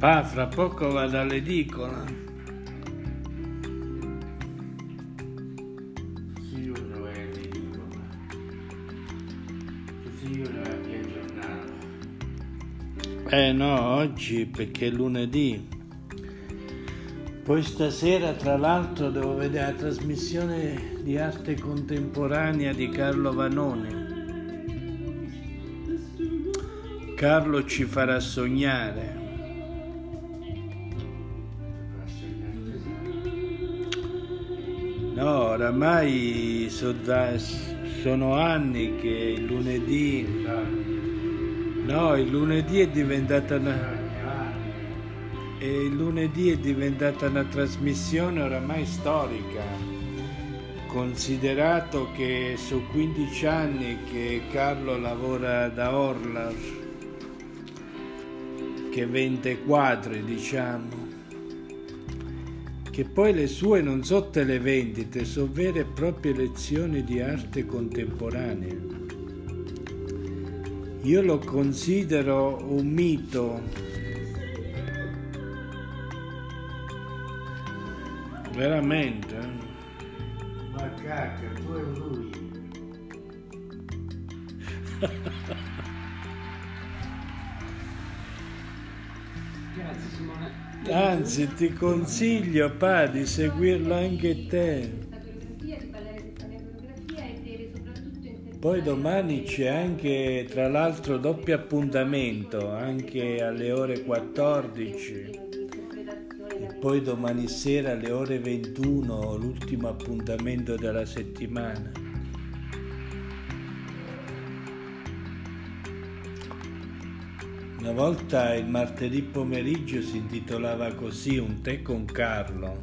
Pa, fra poco vado all'edicola. Sì, io ne vai all'edicola. Così io ne vai a giornata. No, oggi perché è lunedì. Poi stasera, tra l'altro, devo vedere la trasmissione di arte contemporanea di Carlo Vanoni. Carlo ci farà sognare. No, oramai sono anni che il lunedì... No, il lunedì è diventata una trasmissione oramai storica, considerato che sono 15 anni che Carlo lavora da Orlar, che vende quadri, diciamo, che poi le sue non sono televendite, sono vere e proprie lezioni di arte contemporanea. Io lo considero un mito, veramente. Ma cacchio, tu e lui. Grazie Simone. Anzi, ti consiglio, pa, di seguirlo anche te. Poi domani c'è anche, tra l'altro, doppio appuntamento, anche alle ore 14. E poi domani sera alle ore 21, l'ultimo appuntamento della settimana. Una volta il martedì pomeriggio si intitolava così, Un tè con Carlo,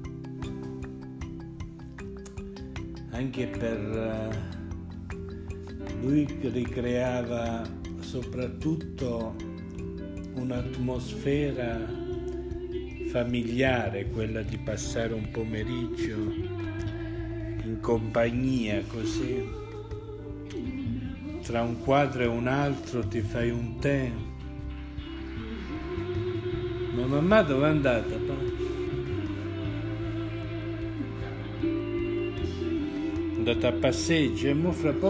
anche per lui ricreava soprattutto un'atmosfera familiare, quella di passare un pomeriggio in compagnia, così tra un quadro e un altro ti fai un tè. Ma mamma dove è andata? Pa? È andata a passeggio e mo fra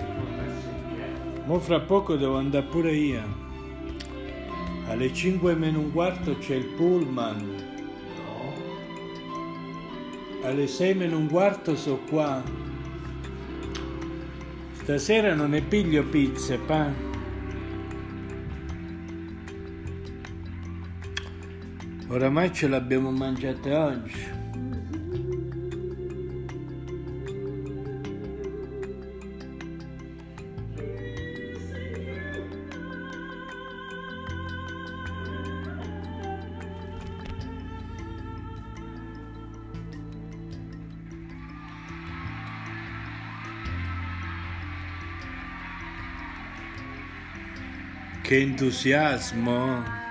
poco devo andare pure io. Alle 5 meno un quarto c'è il pullman. Alle 6 meno un quarto so qua. Stasera non ne piglio pizze, pa. Oramai ce l'abbiamo mangiate oggi. Che entusiasmo!